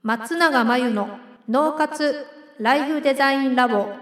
松永真由の脳活ライフデザインラボ。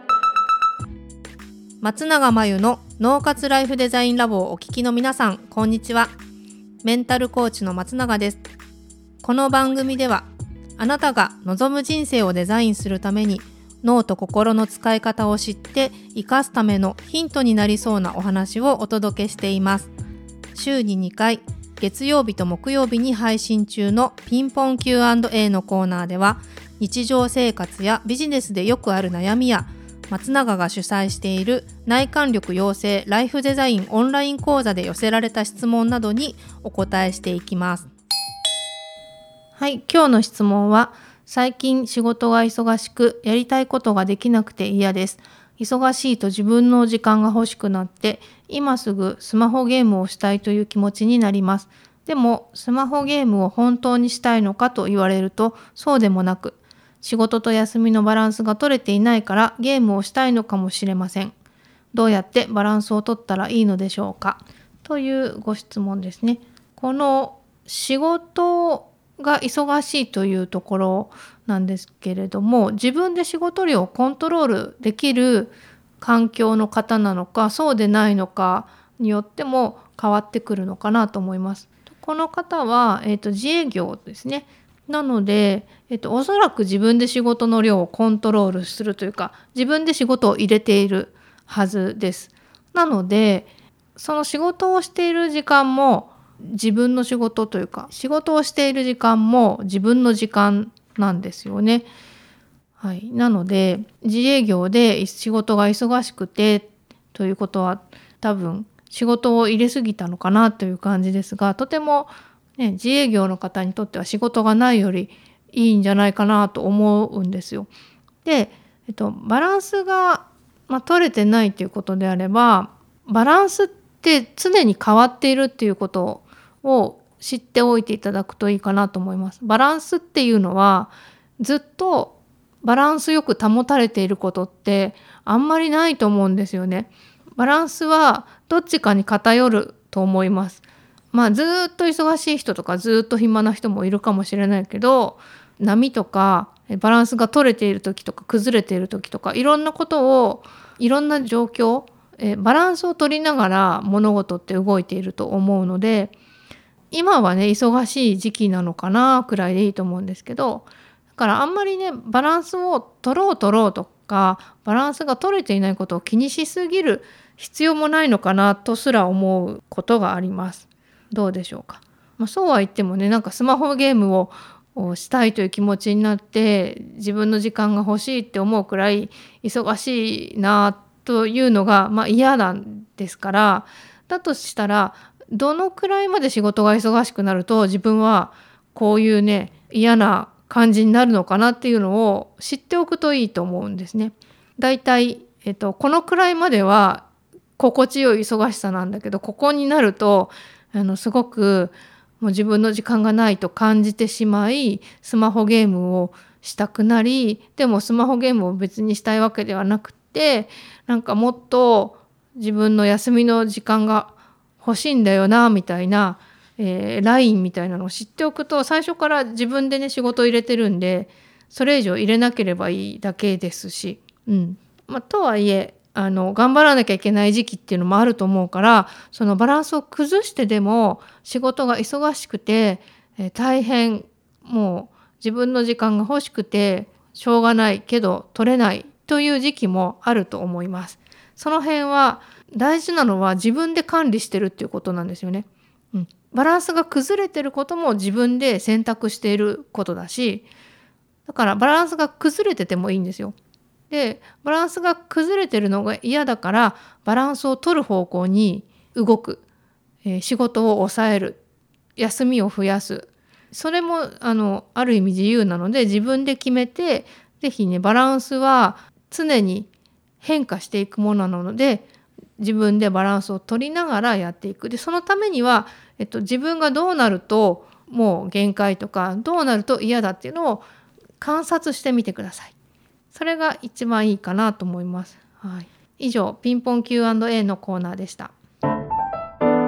松永真由の脳活ライフデザインラボをお聞きの皆さん、こんにちは。メンタルコーチの松永です。この番組では、あなたが望む人生をデザインするために脳と心の使い方を知って生かすためのヒントになりそうなお話をお届けしています。週に2回、月曜日と木曜日に配信中のピンポン Q&A のコーナーでは、日常生活やビジネスでよくある悩みや、松永が主催している内観力養成ライフデザインオンライン講座で寄せられた質問などにお答えしていきます。はい、今日の質問は、最近仕事が忙しくやりたいことができなくて嫌です。忙しいと自分の時間が欲しくなって、今すぐスマホゲームをしたいという気持ちになります。でも、スマホゲームを本当にしたいのかと言われると、そうでもなく、仕事と休みのバランスが取れていないからゲームをしたいのかもしれません。どうやってバランスを取ったらいいのでしょうか、というご質問ですね。この仕事が忙しいというところなんですけれども、自分で仕事量をコントロールできる環境の方なのか、そうでないのかによっても変わってくるのかなと思います。この方は、自営業ですね。なので、おそらく自分で仕事の量をコントロールするというか、自分で仕事を入れているはずです。なので、その仕事をしている時間も自分の仕事というか、仕事をしている時間も自分の時間なんですよね。はい、なので、自営業で仕事が忙しくてということは、多分仕事を入れすぎたのかなという感じですが、とても、自営業の方にとっては仕事がないよりいいんじゃないかなと思うんですよ。で、バランスが、取れてないということであれば、バランスって常に変わっているっていうことを知っておいていただくといいかなと思います。バランスっていうのは、ずっとバランスよく保たれていることってあんまりないと思うんですよね。バランスはどっちかに偏ると思います。ずっと忙しい人とかずっと暇な人もいるかもしれないけど、波とかバランスが取れている時とか崩れている時とか、いろんなことを、いろんな状況、バランスを取りながら物事って動いていると思うので、今はね、忙しい時期なのかなくらいでいいと思うんですけど、だからあんまりね、バランスを取ろうとか、バランスが取れていないことを気にしすぎる必要もないのかなとすら思うことがあります。どうでしょうか。そうは言ってもね、スマホゲームをしたいという気持ちになって自分の時間が欲しいって思うくらい忙しいなというのが嫌なんですから、だとしたらどのくらいまで仕事が忙しくなると自分はこういうね、嫌な感じになるのかなっていうのを知っておくといいと思うんですね。だいたいこのくらいまでは心地よい忙しさなんだけど、ここになるとすごくもう自分の時間がないと感じてしまい、スマホゲームをしたくなり、でもスマホゲームを別にしたいわけではなくて、もっと自分の休みの時間が欲しいんだよなみたいな、ラインみたいなのを知っておくと、最初から自分でね、仕事を入れてるんで、それ以上入れなければいいだけですし、とはいえ頑張らなきゃいけない時期っていうのもあると思うから、そのバランスを崩してでも仕事が忙しくて、大変、もう自分の時間が欲しくてしょうがないけど取れないという時期もあると思います。その辺は大事なのは自分で管理してるっていうことなんですよね。バランスが崩れてることも自分で選択していることだし、だからバランスが崩れててもいいんですよ。で、バランスが崩れてるのが嫌だからバランスを取る方向に動く、仕事を抑える、休みを増やす、それもある意味自由なので、自分で決めて、ぜひね、バランスは常に変化していくものなので、自分でバランスを取りながらやっていく。で、そのためには、自分がどうなるともう限界とか、どうなると嫌だっていうのを観察してみてください。それが一番いいかなと思います。はい、以上、ピンポン Q&A のコーナーでした。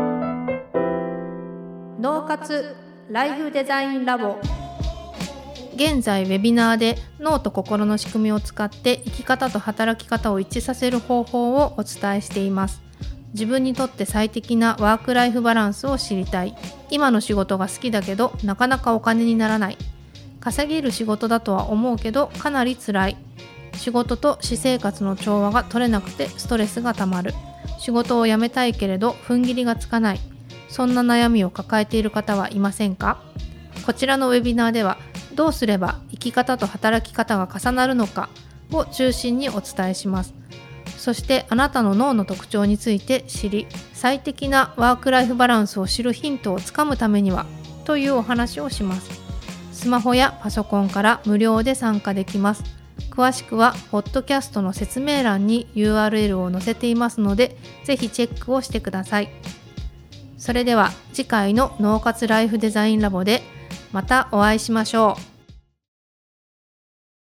脳活ライフデザインラボ。 現在ウェビナーで脳と心の仕組みを使って生き方と働き方を一致させる方法をお伝えしています。自分にとって最適なワークライフバランスを知りたい。今の仕事が好きだけどなかなかお金にならない。稼げる仕事だとは思うけどかなり辛い。仕事と私生活の調和が取れなくてストレスがたまる。仕事を辞めたいけれど踏ん切りがつかない。そんな悩みを抱えている方はいませんか？こちらのウェビナーではどうすれば生き方と働き方が重なるのかを中心にお伝えします。そしてあなたの脳の特徴について知り、最適なワークライフバランスを知るヒントをつかむためにはというお話をします。スマホやパソコンから無料で参加できます。詳しくはポッドキャストの説明欄に URL を載せていますので、ぜひチェックをしてください。それでは次回の脳活ライフデザインラボでまたお会いしましょう。